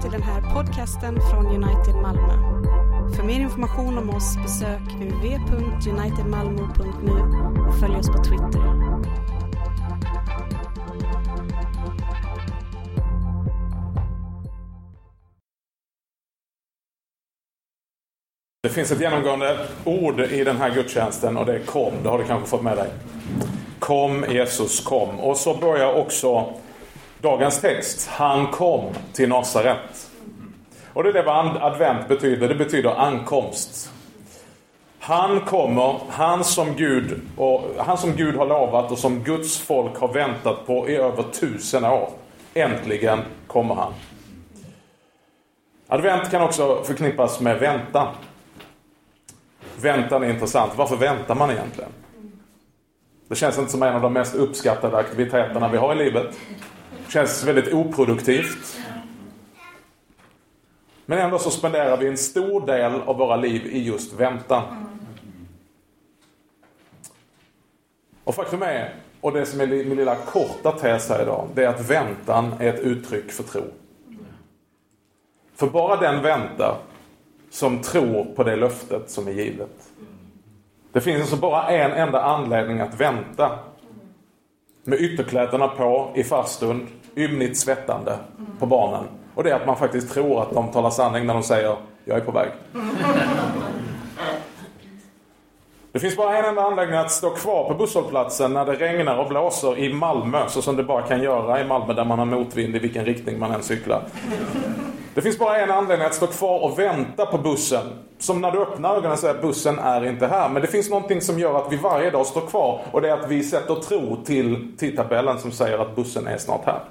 till den här podcasten från United Malmö. För mer information om oss besök www.unitedmalmo.nu och följ oss på Twitter. Det finns ett genomgående ord i den här gudstjänsten och det är kom. Det har du kanske fått med dig. Kom Jesus, kom. Och så börjar också dagens text. Han kom till Nasaret. Och det är det vad advent betyder. Det betyder ankomst. Han kommer, han som Gud har lovat och som Guds folk har väntat på i över 1000 år. Äntligen kommer han. Advent kan också förknippas med väntan. Väntan är intressant. Varför väntar man egentligen? Det känns inte som en av de mest uppskattade aktiviteterna vi har i livet. Det känns väldigt oproduktivt. Men ändå så spenderar vi en stor del av våra liv i just väntan. Och faktum är, och det som är min lilla korta tes här idag, det är att väntan är ett uttryck för tro. För bara den väntar som tror på det löftet som är givet. Det finns alltså bara en enda anledning att vänta. Med ytterkläderna på i farstund, ymnigt svettande på barnen. Och det är att man faktiskt tror att de talar sanning när de säger jag är på väg. Det finns bara en enda anledning att stå kvar på busshållplatsen när det regnar och blåser i Malmö. Så som det bara kan göra i Malmö där man har motvind i vilken riktning man än cyklar. Det finns bara en anledning att stå kvar och vänta på bussen. Som när du öppnar ögonen säger att bussen är inte här. Men det finns någonting som gör att vi varje dag står kvar. Och det är att vi sätter tro till tidtabellen som säger att bussen är snart här.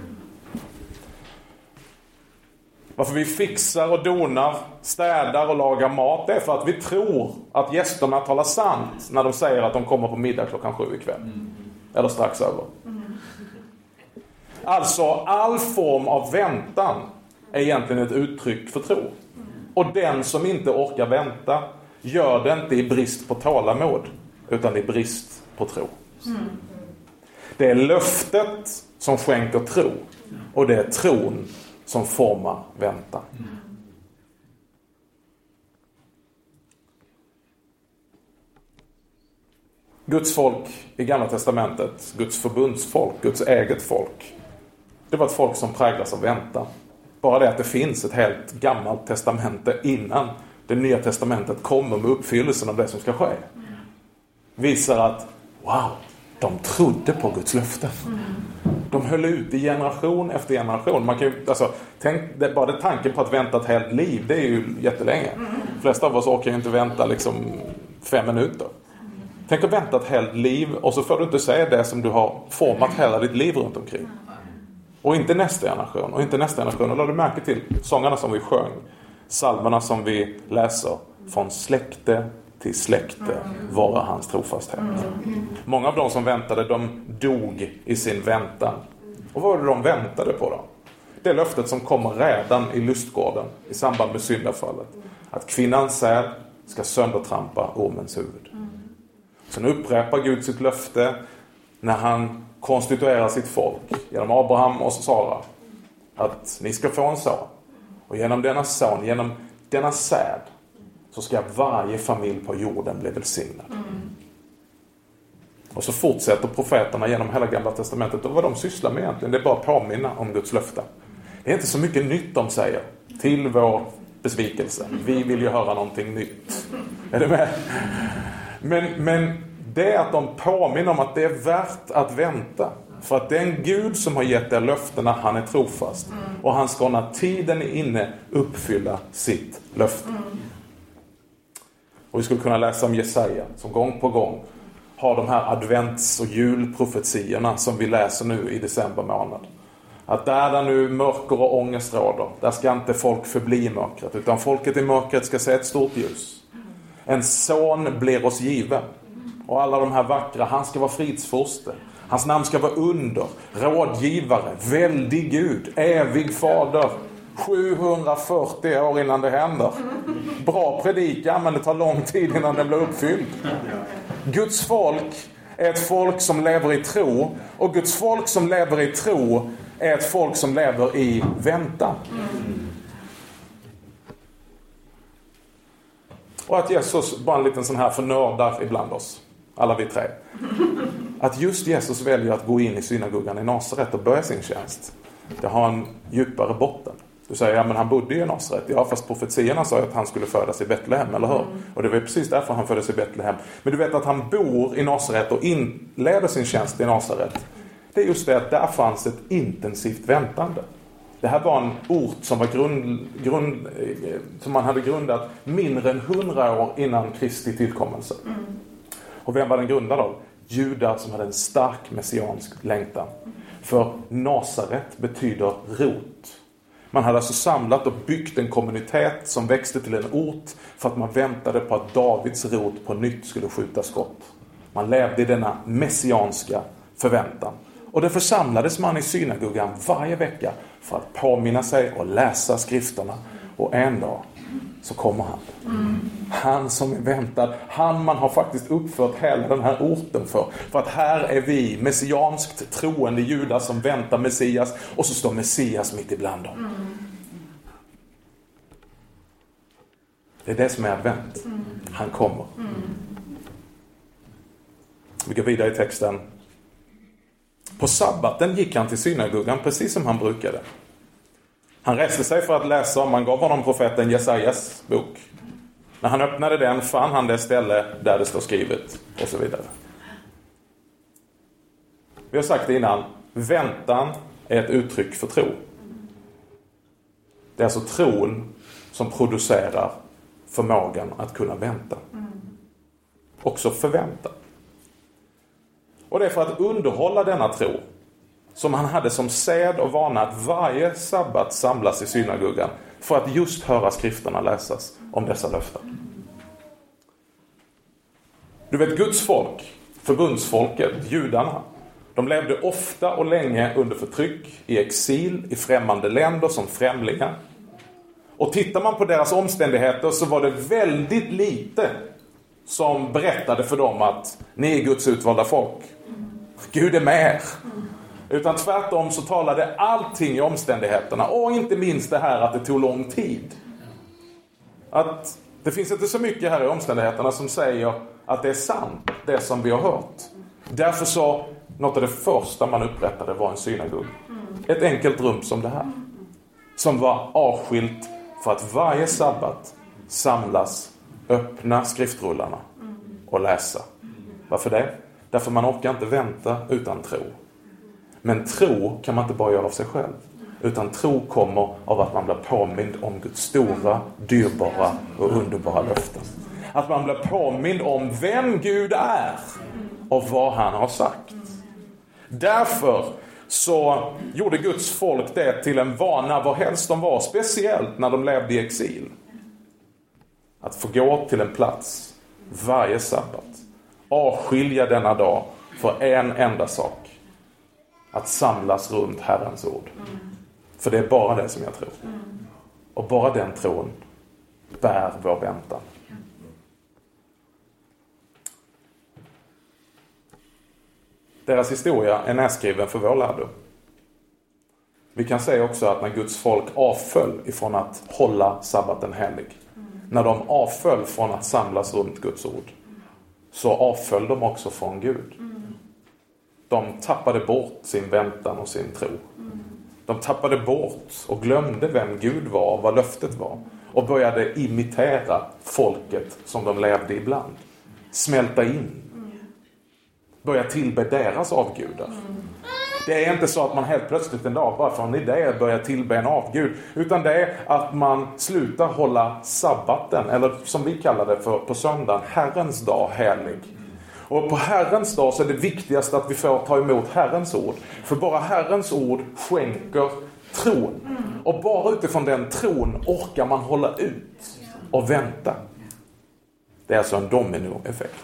Varför vi fixar och donar, städar och lagar mat, det är för att vi tror att gästerna talar sant när de säger att de kommer på middag 7:00 ikväll. Eller strax över. Alltså, all form av väntan är egentligen ett uttryck för tro. Och den som inte orkar vänta gör det inte i brist på tålamod, utan i brist på tro. Det är löftet som skänker tro. Och det är tron som formar väntan. Guds folk i Gamla testamentet, Guds förbundsfolk, Guds eget folk. Det var ett folk som präglas av väntan. Bara det att det finns ett helt gammalt testamente innan det nya testamentet kommer med uppfyllelsen av det som ska ske. Visar att, wow, de trodde på Guds löften. De höll ut i generation efter generation. Man kan ju, bara tanken på att vänta ett helt liv, det är ju jättelänge. De flesta av oss orkar ju inte vänta 5 minuter. Tänk att vänta ett helt liv och så får du inte säga det som du har format hela ditt liv runt omkring. Och inte nästa generation, och inte nästa generation. Och lade du märke till sångarna som vi sjöng, psalmerna som vi läser, från släkte till släkte vara hans trofasthet. Många av de som väntade, de dog i sin väntan. Och vad var det de väntade på då? Det löftet som kommer redan i lustgården i samband med syndafallet. Att kvinnans säd ska söndertrampa ormens huvud. Sen upprepar Gud sitt löfte när han konstituerar sitt folk genom Abraham och Sara. Att ni ska få en son. Och genom denna son, genom denna säd, så ska varje familj på jorden bli välsignad. Och så fortsätter profeterna genom hela Gamla testamentet. Och vad de sysslar med egentligen, det är bara att påminna om Guds löfte. Det är inte så mycket nytt de säger. Till vår besvikelse. Vi vill ju höra någonting nytt. Är det med? Men det är att de påminner om att det är värt att vänta. För att den Gud som har gett er löftena, han är trofast. Och han ska när tiden är inne uppfylla sitt löfte. Och vi skulle kunna läsa om Jesaja som gång på gång har de här advents- och julprofetierna som vi läser nu i december månad. Att där nu mörker och ångest råder, där ska inte folk förbli i mörkret, utan folket i mörkret ska se ett stort ljus. En son blir oss given. Och alla de här vackra, han ska vara fridsfurste. Hans namn ska vara under, rådgivare, väldig Gud, evig fader. 740 år innan det händer. Bra predikan, men det tar lång tid innan den blir uppfylld. Guds folk är ett folk som lever i tro. Och Guds folk som lever i tro är ett folk som lever i väntan. Och att Jesus, bara en liten sån här förnördar ibland oss, alla vi tre. Att just Jesus väljer att gå in i synagogan i Nasaret och börja sin tjänst. Det har en djupare botten. Du säger, ja men han bodde ju i Nasaret. Ja, fast profetierna sa att han skulle födas i Betlehem, eller hur? Och det var precis därför han föddes i Betlehem. Men du vet att han bor i Nasaret och inleder sin tjänst i Nasaret. Det är just det att där fanns ett intensivt väntande. Det här var en ort som var som man hade grundat mindre än 100 år innan Kristi tillkommelse. Och vem var den grundad av? Judar som hade en stark messiansk längtan. För Nasaret betyder rot. Man hade alltså samlat och byggt en kommunitet som växte till en ort för att man väntade på att Davids rot på nytt skulle skjuta skott. Man levde i denna messianska förväntan. Och det församlades man i synagogan varje vecka för att påminna sig och läsa skrifterna. Och en dag så kommer han. Han som är väntad. Han man har faktiskt uppfört hela den här orten för. För att här är vi messianskt troende judar som väntar Messias. Och så står Messias mitt ibland dem. Det är det som är advent. Han kommer. Vi går vidare i texten. På sabbaten gick han till synagogan precis som han brukade. Han reste sig för att läsa och man gav honom profeten Jesajas bok. När han öppnade den fann han det ställe där det står skrivet och så vidare. Vi har sagt det innan, väntan är ett uttryck för tro. Det är alltså tron som producerar förmågan att kunna vänta. Också förvänta. Och det är för att underhålla denna tro som han hade som sed och vana att varje sabbat samlas i synagogan för att just höra skrifterna läsas om dessa löften. Du vet, Guds folk, förbundsfolket, judarna, de levde ofta och länge under förtryck, i exil, i främmande länder som främlingar. Och tittar man på deras omständigheter så var det väldigt lite som berättade för dem att ni är Guds utvalda folk. Gud är med er. Utan tvärtom så talade allting i omständigheterna. Och inte minst det här att det tog lång tid. Att det finns inte så mycket här i omständigheterna som säger att det är sant, det som vi har hört. Därför så, något av det första man upprättade var en synagog. Ett enkelt rum som det här. Som var avskilt för att varje sabbat samlas, öppna skriftrullarna och läsa. Varför det? Därför man orkar inte vänta utan tro. Men tro kan man inte bara göra av sig själv. Utan tro kommer av att man blir påmind om Guds stora, dyrbara och underbara löften. Att man blir påmind om vem Gud är och vad han har sagt. Därför så gjorde Guds folk det till en vana var helst de var, speciellt när de levde i exil. Att få gå till en plats varje sabbat. Avskilja denna dag för en enda sak. Att samlas runt Herrens ord. För det är bara det som jag tror. Och bara den tron bär vår väntan. Deras historia är närskriven för vår lärdom. Vi kan säga också att när Guds folk avföll ifrån att hålla sabbaten helig. När de avföll från att samlas runt Guds ord. Så avföll de också från Gud. De tappade bort sin väntan och sin tro. De tappade bort och glömde vem Gud var och vad löftet var. Och började imitera folket som de levde ibland. Smälta in. Börja tillbe deras avgudar. Det är inte så att man helt plötsligt en dag bara för en idé börjar tillbe en avgud. Utan det är att man slutar hålla sabbaten, eller som vi kallar det för på söndagen, Herrens dag helig. Och på Herrens dag så är det viktigast att vi får ta emot Herrens ord. För bara Herrens ord skänker tron. Och bara utifrån den tron orkar man hålla ut och vänta. Det är alltså en dominoeffekt.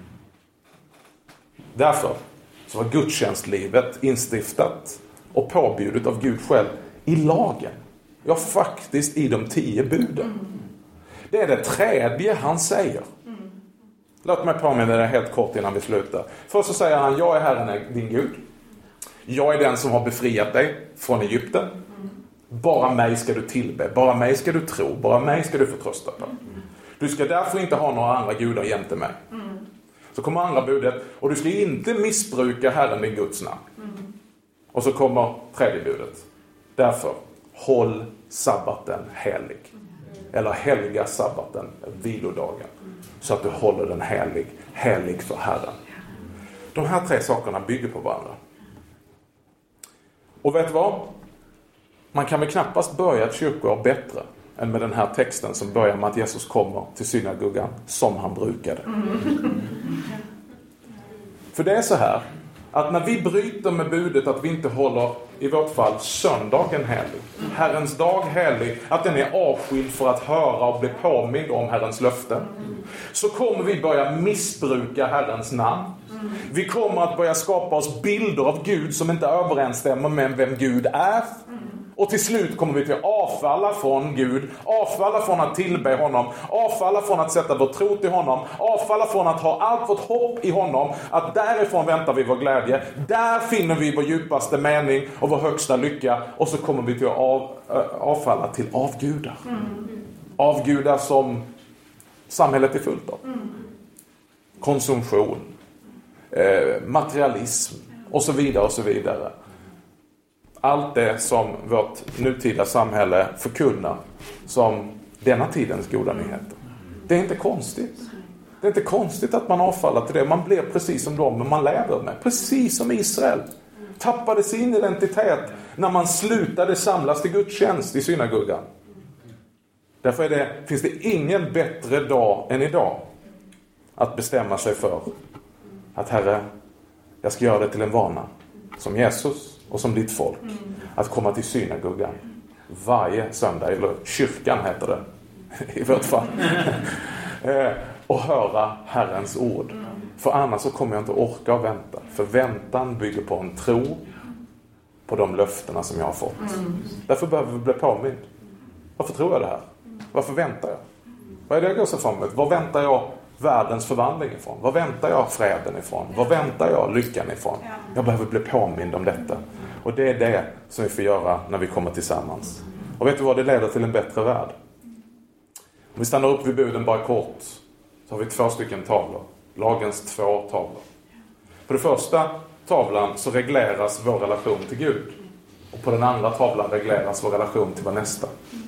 Därför så var gudstjänstlivet instiftat och påbjudet av Gud själv i lagen. Ja, faktiskt i de 10 buden. Det är det tredje han säger. Låt mig påminna det helt kort innan vi slutar. Först så säger han, jag är Herren din Gud. Jag är den som har befriat dig från Egypten. Bara mig ska du tillbe, bara mig ska du tro, bara mig ska du förtrösta på. Du ska därför inte ha några andra gudar jämte mig. Så kommer andra budet. Och du ska inte missbruka Herren din Guds namn. Och så kommer tredje budet. Därför, håll sabbaten helig. Eller helga sabbaten, vilodagen. Så att du håller den helig för Herren. De här 3 sakerna bygger på varandra. Och vet du vad? Man kan väl knappast börja ett kyrkoår bättre än med den här texten som börjar med att Jesus kommer till synagogan som han brukade. För det är så här, att när vi bryter med budet att vi inte håller, i vårt fall, söndagen helig, Herrens dag helig, att den är avskild för att höra och bli påmind om Herrens löften, så kommer vi börja missbruka Herrens namn. Vi kommer att börja skapa oss bilder av Gud som inte överensstämmer med vem Gud är. Och till slut kommer vi till att avfalla från Gud, avfalla från att tillbe honom, avfalla från att sätta vår tro till honom, avfalla från att ha allt vårt hopp i honom, att därifrån väntar vi vår glädje, där finner vi vår djupaste mening och vår högsta lycka, och så kommer vi till att avfalla till avgudar. Avgudar som samhället är fullt av. Konsumtion, materialism och så vidare och så vidare. Allt det som vårt nutida samhälle förkunnar som denna tidens goda nyheter. Det är inte konstigt. Det är inte konstigt att man avfaller till det. Man blir precis som de man lever med. Precis som Israel. Tappade sin identitet när man slutade samlas till gudstjänst i synagogan. Därför finns det ingen bättre dag än idag att bestämma sig för att Herre, jag ska göra det till en vana som Jesus och som ditt folk att komma till synagogan varje söndag, eller kyrkan heter det i vårt fall, och höra Herrens ord. För annars så kommer jag inte orka att vänta. För väntan bygger på en tro på de löftena som jag har fått. Därför behöver vi bli påmind. Varför tror jag det här? Varför väntar jag? Vad är det jag går så fram emot? Var väntar jag världens förvandling ifrån? Var väntar jag freden ifrån? Var väntar jag lyckan ifrån? Jag behöver bli påmind om detta. Och det är det som vi får göra när vi kommer tillsammans. Och vet du vad? Det leder till en bättre värld. Om vi stannar upp vid buden bara kort, så har vi 2 tavlor. Lagens 2 tavlor. På den första tavlan så regleras vår relation till Gud. Och på den andra tavlan regleras vår relation till vår nästa.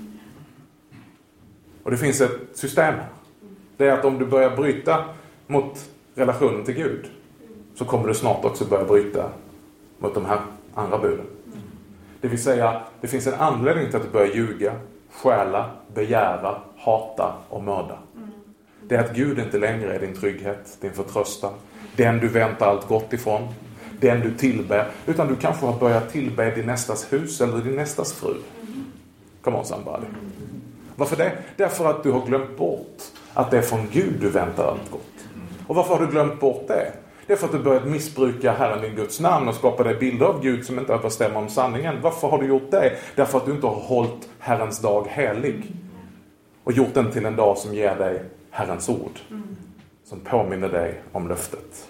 Och det finns ett system här. Det är att om du börjar bryta mot relationen till Gud, så kommer du snart också börja bryta mot de här andra buden. Det vill säga, det finns en anledning till att du börjar ljuga, stjäla, begära, hata och mörda. Det är att Gud inte längre är din trygghet, din förtröstan, den du väntar allt gott ifrån, den du tillber, utan du kanske har börjat tillbe din nästas hus eller din nästas fru. Come on somebody. Varför det? Därför att du har glömt bort att det är från Gud du väntar allt gott. Och varför har du glömt bort det? Det är för att du börjat missbruka Herren din Guds namn och skapa dig bilder av Gud som inte överstämmer om sanningen. Varför har du gjort det? Därför att du inte har hållit Herrens dag helig. Och gjort den till en dag som ger dig Herrens ord. Som påminner dig om löftet.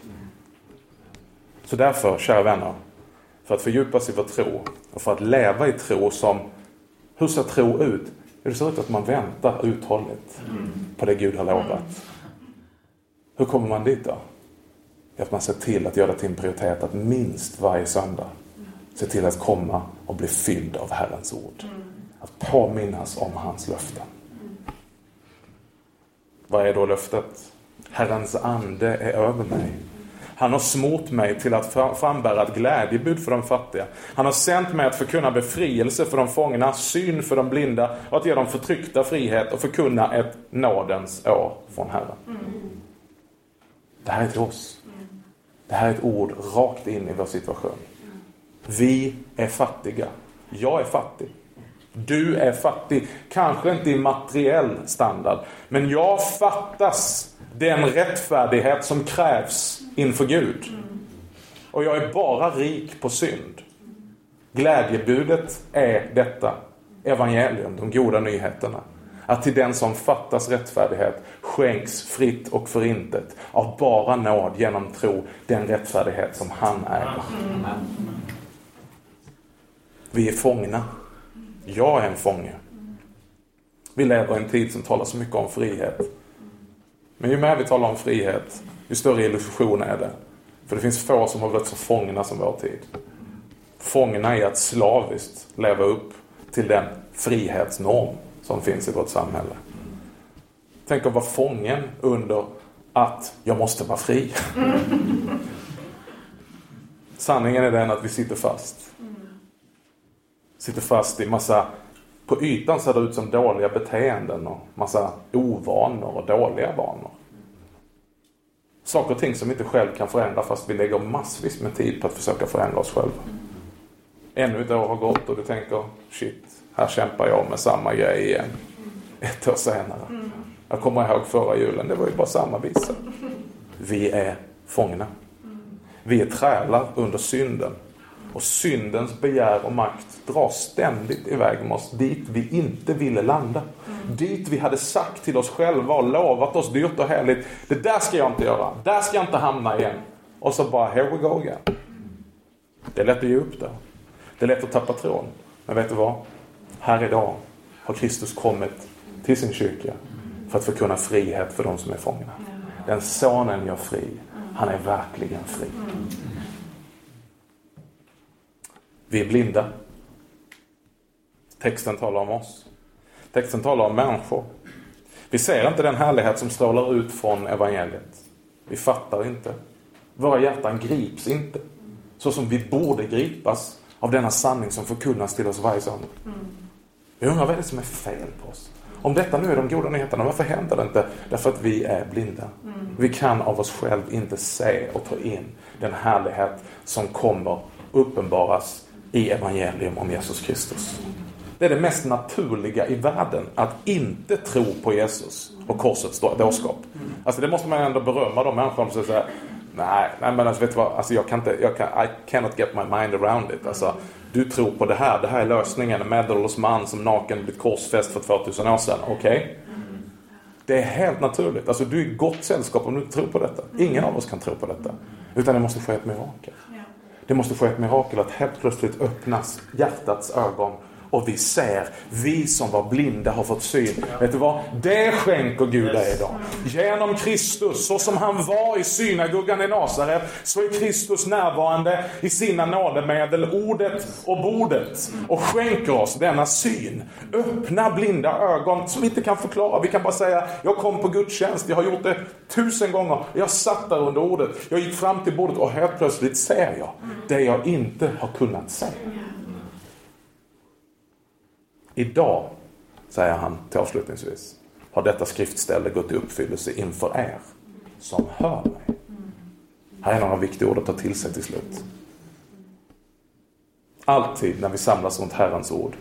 Så därför, kära vänner, för att fördjupa sig i vår tro och för att leva i tro som, hur ser tro ut? Det ser ut att man väntar uthålligt på det Gud har lovat. Hur kommer man dit då? Att man ser till att göra det till en prioritet att minst varje söndag se till att komma och bli fylld av Herrens ord. Att påminnas om hans löften. Vad är då löftet? Herrens ande är över mig. Han har smort mig till att frambära ett glädjebud för de fattiga. Han har sänt mig att förkunna befrielse för de fångna, syn för de blinda och att ge dem förtryckta frihet och förkunna ett nådens år från Herren. Det här är till oss. Det här är ett ord rakt in i vår situation. Vi är fattiga. Jag är fattig. Du är fattig. Kanske inte i materiell standard. Men jag fattas den rättfärdighet som krävs inför Gud. Och jag är bara rik på synd. Glädjebudet är detta. Evangelium, de goda nyheterna. Att till den som fattas rättfärdighet skänks fritt och förintet av bara nåd genom tro den rättfärdighet som han äger. Vi är fångna. Jag är en fånge. Vi lever i en tid som talar så mycket om frihet. Men ju mer vi talar om frihet, ju större illusion är det. För det finns få som har blivit så fångna som vår tid. Fångna i att slaviskt leva upp till den frihetsnorm som finns i vårt samhälle. Tänk att vara fången under att jag måste vara fri. Sanningen är den att vi sitter fast. Sitter fast i massa, på ytan ser det ut som dåliga beteenden och massa ovanor och dåliga vanor. Saker och ting som vi inte själv kan förändra fast vi lägger massvis med tid på att försöka förändra oss själva. Ännu ett år har gått och du tänker, shit, här kämpar jag med samma grej igen. Ett år senare. Jag kommer ihåg förra julen, det var ju bara samma visa. Vi är fångna. Vi är trälar under synden. Och syndens begär och makt drar ständigt iväg med oss dit vi inte ville landa. Dit vi hade sagt till oss själva och lovat oss dyrt och heligt. Det där ska jag inte göra. Där ska jag inte hamna igen. Och så bara, here we go again. Det är lätt att ge upp det. Det är lätt att tappa tråden. Men vet du vad? Här idag har Kristus kommit till sin kyrka för att förkunna frihet för de som är fångna. Den sonen gör fri. Han är verkligen fri. Vi är blinda. Texten talar om oss. Texten talar om människor. Vi ser inte den härlighet som strålar ut från evangeliet. Vi fattar inte. Våra hjärtan grips inte. Så som vi borde gripas av denna sanning som förkunnas till oss varje söndag. Jag undrar vad är det som är fel på oss? Om detta nu är de goda nyheterna, varför händer det inte? Därför att vi är blinda. Vi kan av oss själv inte se och ta in den härlighet som kommer uppenbaras i evangelium om Jesus Kristus. Det är det mest naturliga i världen att inte tro på Jesus och korsets dårskap. Alltså det måste man ändå berömma de människor som säger nej men alltså, vet du vad, alltså I cannot get my mind around it. Alltså du tror på det här är lösningen, en medelålders man som naken blivit korsfäst för 2000 år sedan. Okej? Det är helt naturligt. Alltså du är i gott sällskap om du inte tror på detta. Ingen av oss kan tro på detta. Utan det måste ske ett mirakel. Det måste ske ett mirakel att helt plötsligt öppnas hjärtats ögon och vi ser, vi som var blinda har fått syn. Vet du vad? Det skänker Gud dig idag. Genom Kristus, så som han var i synagogan i Nasaret, så är Kristus närvarande i sina nådemedel, ordet och bordet, och skänker oss denna syn. Öppna blinda ögon som vi inte kan förklara. Vi kan bara säga, jag kom på gudstjänst, jag har gjort det 1000 gånger. Jag satt där under ordet, jag gick fram till bordet och helt plötsligt ser jag det jag inte har kunnat se. Idag, säger han till avslutningsvis, har detta skriftställe gått i uppfyllelse inför er som hör mig. Här är några viktiga ord att ta till sig till slut. Alltid när vi samlas runt Herrens ord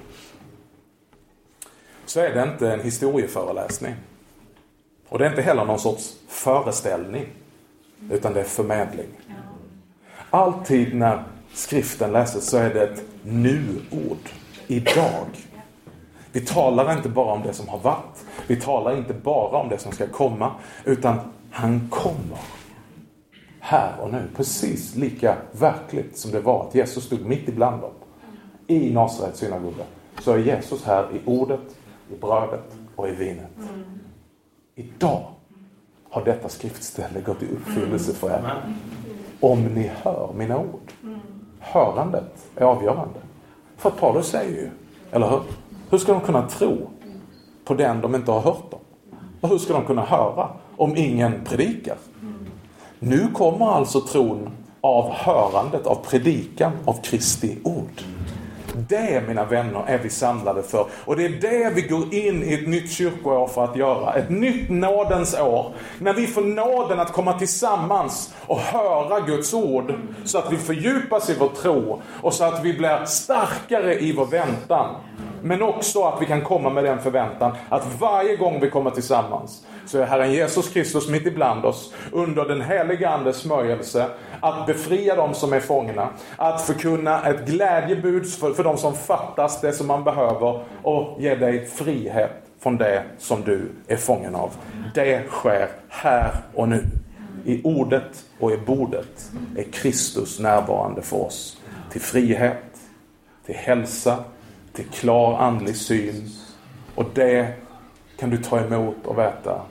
så är det inte en historieföreläsning. Och det är inte heller någon sorts föreställning, utan det är förmedling. Alltid när skriften läses så är det ett nu-ord. Idag. Vi talar inte bara om det som har varit. Vi talar inte bara om det som ska komma. Utan han kommer. Här och nu. Precis lika verkligt som det var att Jesus stod mitt ibland dem. I Nasarets synagoga. Så är Jesus här i ordet, i brödet och i vinet. Idag har detta skriftställe gått i uppfyllelse för er. Om ni hör mina ord. Hörandet är avgörande. För Paulus säger ju, eller hur? Hur ska de kunna tro på den de inte har hört om? Och hur ska de kunna höra om ingen predikar? Nu kommer alltså tron av hörandet, av predikan, av Kristi ord. Det, mina vänner, är vi samlade för. Och det är det vi går in i ett nytt kyrkoår för att göra. Ett nytt nådens år. När vi får nåden att komma tillsammans och höra Guds ord. Så att vi fördjupas i vår tro. Och så att vi blir starkare i vår väntan. Men också att vi kan komma med den förväntan att varje gång vi kommer tillsammans så är Herren Jesus Kristus mitt ibland oss under den heliga andes smörjelse att befria dem som är fångna, att förkunna ett glädjebud för de som fattas det som man behöver och ge dig frihet från det som du är fången av. Det sker här och nu. I ordet och i bordet är Kristus närvarande för oss till frihet, till hälsa, till klar andlig syn. Och det kan du ta emot och veta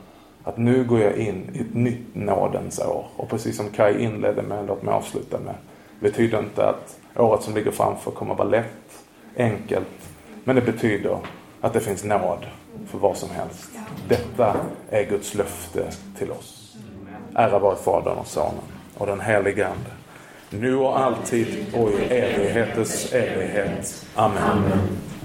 att nu går jag in i ett nytt nådens år. Och precis som Kai inledde med, låt mig avsluta med, betyder inte att året som ligger framför kommer vara lätt, enkelt, men det betyder att det finns nåd för vad som helst. Detta är Guds löfte till oss. Ära vare Fadern och Sonen och den helige Ande, nu och alltid och i evighetens evighet. Amen.